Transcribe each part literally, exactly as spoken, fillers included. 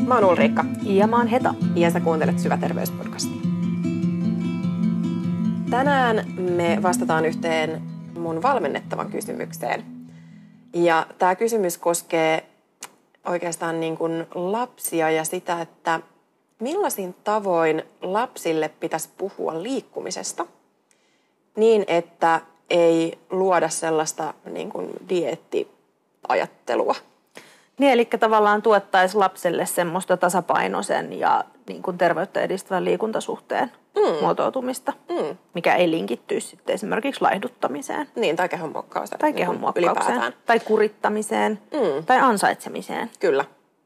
Mä oon Ulriikka. Ja mä oon Heta. Ja sä kuuntelet Syväterveyspodcastia. Tänään me vastataan yhteen mun valmennettavan kysymykseen. Ja tää kysymys koskee oikeastaan niin kuin lapsia ja sitä, että millaisin tavoin lapsille pitäisi puhua liikkumisesta niin, että ei luoda sellaista niin kuin dieettiajattelua. Niin, eli tavallaan tuettaisiin lapselle semmoista tasapainoisen ja niin kuin terveyttä edistävän liikuntasuhteen mm. muotoutumista, mm. mikä ei linkittyisi sitten esimerkiksi laihduttamiseen. Niin, tai kehonmuokkaukseen. Tai kehonmuokkaukseen, tai kurittamiseen, mm. tai ansaitsemiseen. Kyllä.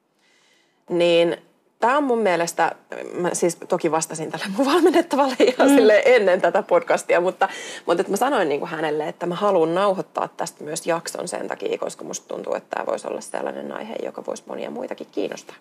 Niin tämä on mun mielestä, mä siis toki vastasin tälle mun valmennettavalle ihan mm. ennen tätä podcastia, mutta, mutta että mä sanoin niin kuin hänelle, että mä haluan nauhoittaa tästä myös jakson sen takia, koska musta tuntuu, että tämä voisi olla sellainen aihe, joka voisi monia muitakin kiinnostaa.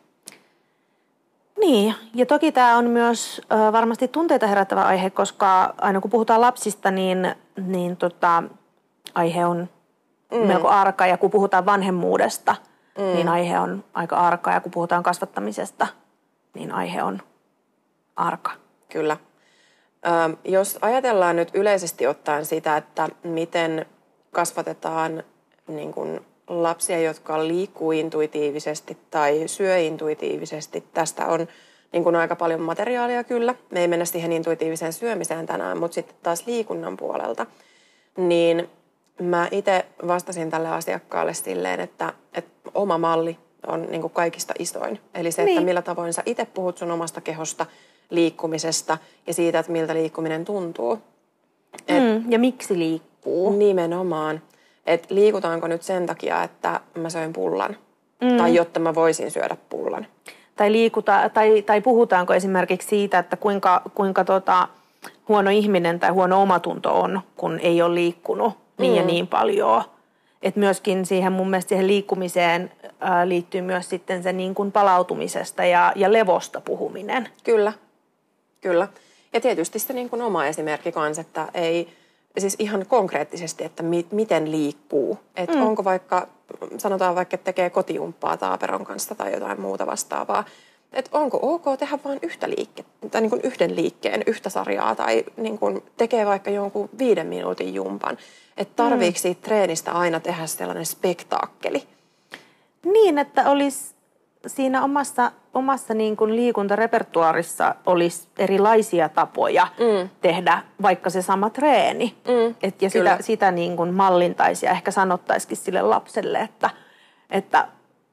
Niin, ja toki tämä on myös äh, varmasti tunteita herättävä aihe, koska aina kun puhutaan lapsista, niin, niin tota, aihe on mm. melko arka, ja kun puhutaan vanhemmuudesta, mm. niin aihe on aika arka, ja kun puhutaan kasvattamisesta, niin aihe on arka. Kyllä. Ö, jos ajatellaan nyt yleisesti ottaen sitä, että miten kasvatetaan niin kuin lapsia, jotka liikkuu intuitiivisesti tai syö intuitiivisesti, tästä on niin kuin aika paljon materiaalia kyllä. Me ei mennä siihen intuitiiviseen syömiseen tänään, mutta sitten taas liikunnan puolelta. Niin mä itse vastasin tälle asiakkaalle silleen, että, että oma malli on niin kuin kaikista isoin. Eli se, niin. että millä tavoin sä itse puhut sun omasta kehosta, liikkumisesta ja siitä, että miltä liikkuminen tuntuu. Et, mm, ja miksi liikkuu? Nimenomaan. Että liikutaanko nyt sen takia, että mä söin pullan mm. tai jotta mä voisin syödä pullan. Tai, liikuta, tai, tai puhutaanko esimerkiksi siitä, että kuinka, kuinka tota, huono ihminen tai huono omatunto on, kun ei ole liikkunut niin mm. ja niin paljon. Että myöskin siihen mun mielestä siihen liikkumiseen ää, liittyy myös sitten se niin kuin palautumisesta ja, ja levosta puhuminen. Kyllä, kyllä. Ja tietysti se niin kuin oma esimerkki kanssa, että ei, siis ihan konkreettisesti, että mi, miten liikkuu. Että mm. onko vaikka, sanotaan vaikka, että tekee kotijumppaa taaperon kanssa tai jotain muuta vastaavaa. Että onko ok tehdä vain yhtä liikettä, tai niin kuin yhden liikkeen, yhtä sarjaa, tai niin kuin tekee vaikka jonkun viiden minuutin jumpan. Että tarviiko siitä treenistä aina tehdä sellainen spektaakkeli? Niin, että olisi siinä omassa, omassa niin kuin liikuntarepertuaarissa olisi erilaisia tapoja mm. tehdä vaikka se sama treeni. Mm, Et, ja sitä, sitä niin kuin mallintaisi ja ehkä sanottaisikin sille lapselle, että, että,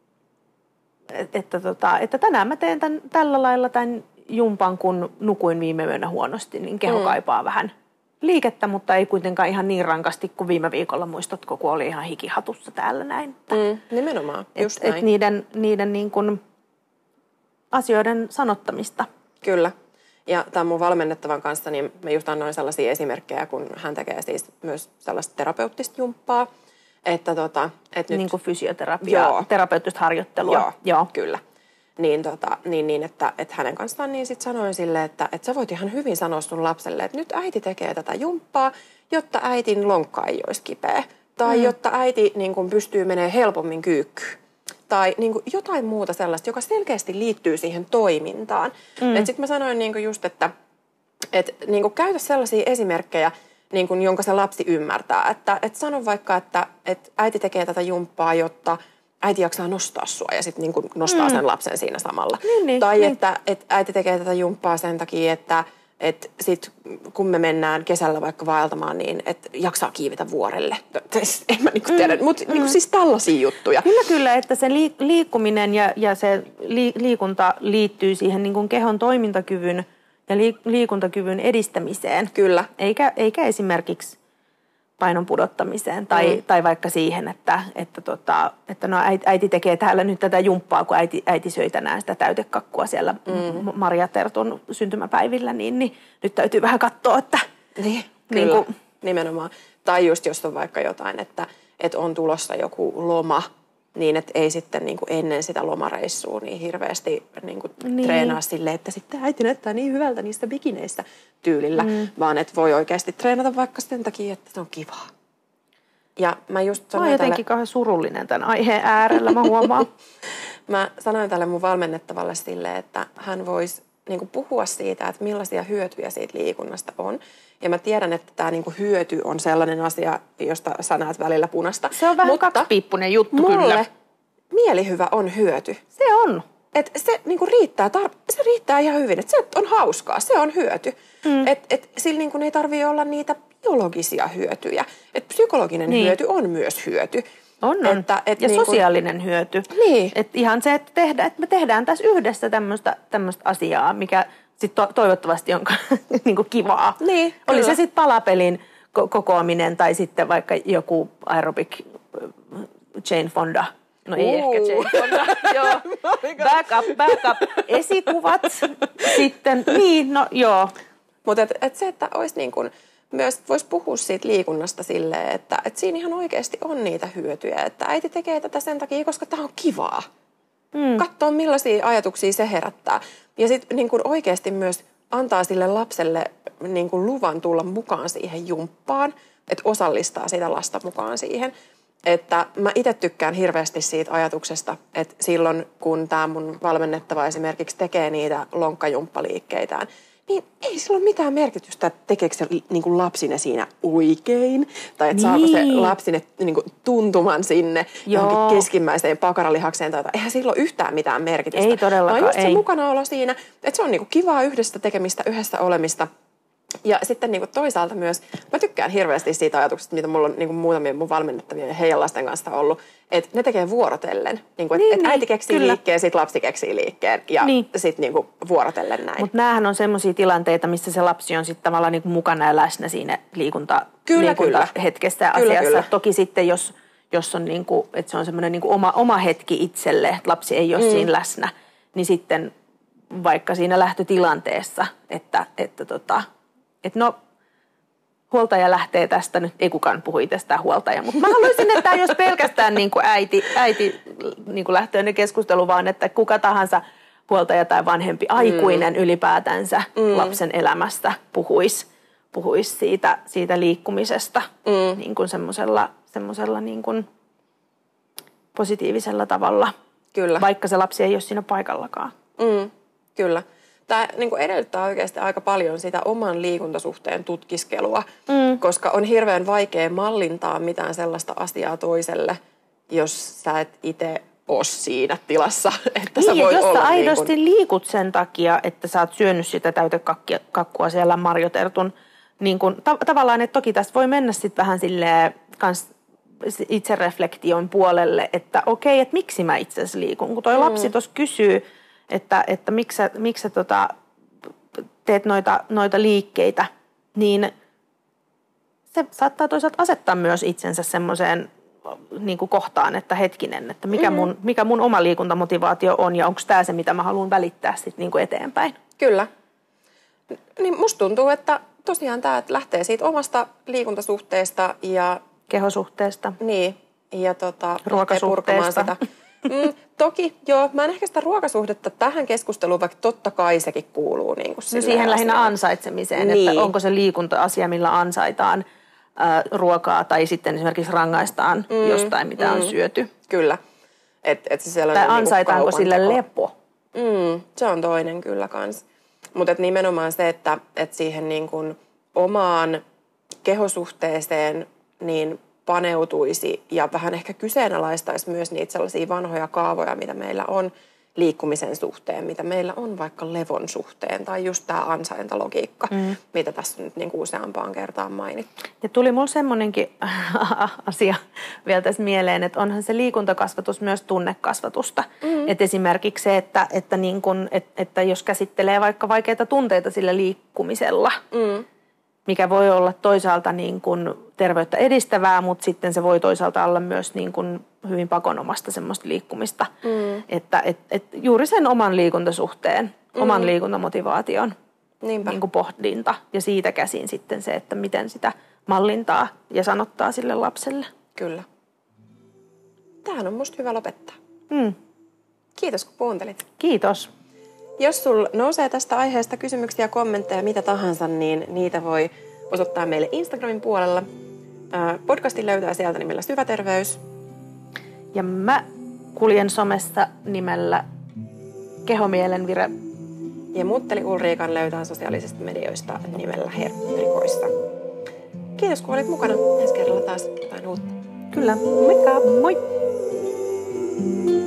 että, että, tota, että tänään mä teen tämän, tällä lailla tämän jumpan, kun nukuin viime yönä huonosti, niin keho mm. kaipaa vähän liikettä, mutta ei kuitenkaan ihan niin rankasti kuin viime viikolla, muistatko, kun oli ihan hikihatussa täällä näin. Mm, nimenomaan, just et, näin. Et niiden niiden niin kuin asioiden sanottamista. Kyllä. Ja tämän mun valmennettavan kanssa, niin mä just annoin sellaisia esimerkkejä, kun hän tekee siis myös sellaista terapeuttista jumppaa. Että tota, et nyt, niin kuin fysioterapiaa, terapeuttista harjoittelua. Joo, Joo. kyllä. Niin, tota, niin, niin että, että hänen kanssaan niin sit sanoin sille, että, että sä voit ihan hyvin sanoa sun lapselle, että nyt äiti tekee tätä jumppaa, jotta äitin lonkka ei olisi kipeä. Tai mm. jotta äiti niin kun pystyy menemään helpommin kyykkyyn. Tai niin kun jotain muuta sellaista, joka selkeästi liittyy siihen toimintaan. Mm. Että sit mä sanoin niin kun just, että et, niin kun käytä sellaisia esimerkkejä, niin kun, jonka se lapsi ymmärtää. Että et sano vaikka, että et äiti tekee tätä jumppaa, jotta äiti jaksaa nostaa sua ja sitten niin nostaa mm. sen lapsen siinä samalla. Niin, niin, tai niin. Että, että äiti tekee tätä jumppaa sen takia, että että sit, kun me mennään kesällä vaikka vaeltamaan, niin että jaksaa kiivetä vuorelle. En mä niinku tiedä, mm. mutta mm. niinku siis tällaisia juttuja. Kyllä, kyllä, että se liikkuminen ja, ja se liikunta liittyy siihen niin kuin kehon toimintakyvyn ja liikuntakyvyn edistämiseen. Kyllä. Eikä, eikä esimerkiksi painon pudottamiseen tai, mm. tai vaikka siihen, että, että, tota, että no äiti, äiti tekee täällä nyt tätä jumppaa, kun äiti, äiti söi tänään sitä täytekakkua siellä mm. Maria Tertun syntymäpäivillä, niin, niin nyt täytyy vähän katsoa, että niin, niin kyllä, kuin nimenomaan. Tai just jos on vaikka jotain, että, että on tulossa joku loma, niin että ei sitten niin kuin ennen sitä lomareissua niin hirveästi niin kuin niin. treenaa silleen, että sitten äiti näyttää niin hyvältä niistä bikineistä tyylillä, mm. vaan että voi oikeasti treenata vaikka sen takia, että se on kivaa. Ja mä just sanoin mä oon jotenkin tälle kauhean surullinen tämän aiheen äärellä, mä huomaan. mä sanoin tälle mun valmennettavalle silleen, että hän voisi niinku puhua siitä, että millaisia hyötyjä siitä liikunnasta on. Ja mä tiedän, että tämä niinku hyöty on sellainen asia, josta sä näet välillä punasta. Se on vähän Mutta kaksipiippunen juttu mulle kyllä. mielihyvä on hyöty. Se on. Et se niinku riittää, tar- se riittää ihan hyvin, että se on hauskaa, se on hyöty. Mm. Että et, sillä niinku ei tarvitse olla niitä biologisia hyötyjä. Et psykologinen niin. hyöty on myös hyöty. On, on. Että, et ja niin sosiaalinen kun... hyöty. Niin. Että ihan se, että, tehdä, että me tehdään tässä yhdessä tämmöistä asiaa, mikä sitten to- toivottavasti on niinku kivaa. Niin, oli kyllä. se sitten palapelin ko- kokoaminen tai sitten vaikka joku aerobic Jane Fonda. No ei uh. ehkä Jane Fonda. Joo. Back up, back up. Esikuvat sitten. Niin, no joo. Mutta et, et se, että olisi niin kun, myös voisi puhua siitä liikunnasta silleen, että et siinä ihan oikeasti on niitä hyötyjä. Että äiti tekee tätä sen takia, koska tämä on kivaa. Mm. Katsoa, millaisia ajatuksia se herättää. Ja sitten niin kun oikeasti myös antaa sille lapselle niin kun luvan tulla mukaan siihen jumppaan, että osallistaa sitä lasta mukaan siihen. Että mä itse tykkään hirveästi siitä ajatuksesta, että silloin kun tämä mun valmennettava esimerkiksi tekee niitä lonkkajumppaliikkeitään, niin ei sillä ole mitään merkitystä, että tekeekö se niin kuin lapsi ne siinä oikein, tai että niin. saako se lapsi ne niin kuin tuntuman sinne Joo. johonkin keskimmäiseen pakaralihakseen, tai eihän sillä ole yhtään mitään merkitystä. Ei todellakaan, vaan just ei. se mukanaolo siinä, että se on niin kuin kivaa yhdessä tekemistä, yhdessä olemista. Ja sitten niin kuin toisaalta myös, mä tykkään hirveästi siitä ajatuksesta, mitä mulla on niin kuin muutamien mun valmennettavien ja heidän lasten kanssa ollut, että ne tekee vuorotellen. Niin kuin, niin, että niin, äiti keksii kyllä. liikkeen, sitten lapsi keksii liikkeen ja niin. sitten niin kuin vuorotellen näin. Mutta näähän on semmoisia tilanteita, missä se lapsi on sitten tavallaan niin kuin mukana ja läsnä siinä liikunta, kyllä, liikuntahetkessä ja kyllä, asiassa. kyllä. Toki sitten, jos, jos on niin kuin, että se on semmoinen niin kuin oma, oma hetki itselle, että lapsi ei ole mm. siinä läsnä, niin sitten vaikka siinä lähtötilanteessa, että, että, tota, että no... huoltaja lähtee tästä, nyt ei kukaan puhu itsestään huoltaja, mutta mä haluaisin, että tämä ei olisi pelkästään niin kuin äiti, äiti niin kuin lähtöinen keskustelu, vaan että kuka tahansa huoltaja tai vanhempi aikuinen mm. ylipäätänsä mm. lapsen elämästä puhuisi, puhuisi siitä, siitä liikkumisesta mm. niin kuin semmoisella, semmoisella niin kuin positiivisella tavalla, Kyllä. vaikka se lapsi ei ole siinä paikallakaan. Mm. Kyllä. Tämä niin kuin edellyttää oikeasti aika paljon sitä oman liikuntasuhteen tutkiskelua, mm. koska on hirveän vaikea mallintaa mitään sellaista asiaa toiselle, jos sä et itse ole siinä tilassa, että niin, sä voit jos olla sä aidosti niin kuin... liikut sen takia, että sä oot syönyt sitä täytekakkua siellä marjotertun, niin kuin, ta- tavallaan, että toki tästä voi mennä sitten vähän silleen kans itsereflektion puolelle, että okei, että miksi mä itse asiassa liikun, kun toi mm. lapsi tuossa kysyy, että, että miksi sä, miksi sä tota, teet noita, noita liikkeitä, niin se saattaa toisaalta asettaa myös itsensä semmoiseen niin kuin kohtaan, että hetkinen, että mikä, mm-hmm. mun, mikä mun oma liikuntamotivaatio on ja onko tämä se, mitä mä haluan välittää sit niin kuin eteenpäin. Kyllä. Niin musta tuntuu, että tosiaan tämä lähtee siitä omasta liikuntasuhteesta ja... kehosuhteesta. Niin, ja tota, ruokasuhteesta. Sitä. Mm, toki, joo. Mä en ehkä sitä ruokasuhdetta tähän keskusteluun, vaikka totta kai sekin kuuluu. Niin kuin no siihen lähinnä asiaan. Ansaitsemiseen, niin. Että onko se liikunta-asia, millä ansaitaan ää, ruokaa tai sitten esimerkiksi rangaistaan mm, jostain, mitä mm, on syöty. Kyllä. Et, et se tai ansaitaanko niin sille lepo? Mm, se on toinen kyllä kans. Mutta nimenomaan se, että et siihen niin kuin omaan kehosuhteeseen niin paneutuisi ja vähän ehkä kyseenalaistaisi myös niitä sellaisia vanhoja kaavoja, mitä meillä on liikkumisen suhteen, mitä meillä on vaikka levon suhteen tai just tämä ansaintalogiikka, mm. mitä tässä on nyt niin kuin useampaan kertaan mainittu. Ja tuli mulle semmoinenkin asia vielä tässä mieleen, että onhan se liikuntakasvatus myös tunnekasvatusta. Mm. Että esimerkiksi se, että, että, niin kun, että, että jos käsittelee vaikka vaikeita tunteita sillä liikkumisella, mm. mikä voi olla toisaalta niin kuin terveyttä edistävää, mutta sitten se voi toisaalta olla myös niin kuin hyvin pakonomasta semmoista liikkumista. Mm. Että et, et juuri sen oman liikuntasuhteen, mm. oman liikuntamotivaation niin kuin pohdinta ja siitä käsin sitten se, että miten sitä mallintaa ja sanottaa sille lapselle. Kyllä. Tämähän on musta hyvä lopettaa. Mm. Kiitos kun kuuntelit. Kiitos. Jos sulla nousee tästä aiheesta kysymyksiä, kommentteja, mitä tahansa, niin niitä voi osoittaa meille Instagramin puolella. Podcastin löytää sieltä nimellä Syväterveys. Ja mä kuljen somessa nimellä Kehomielenvire. Ja Mutteli Ulriikan löytää sosiaalisista medioista nimellä Herkkurikoissa. Kiitos kun olit mukana. Ensi kerralla taas jotain uutta. Kyllä. Moikka! Moi!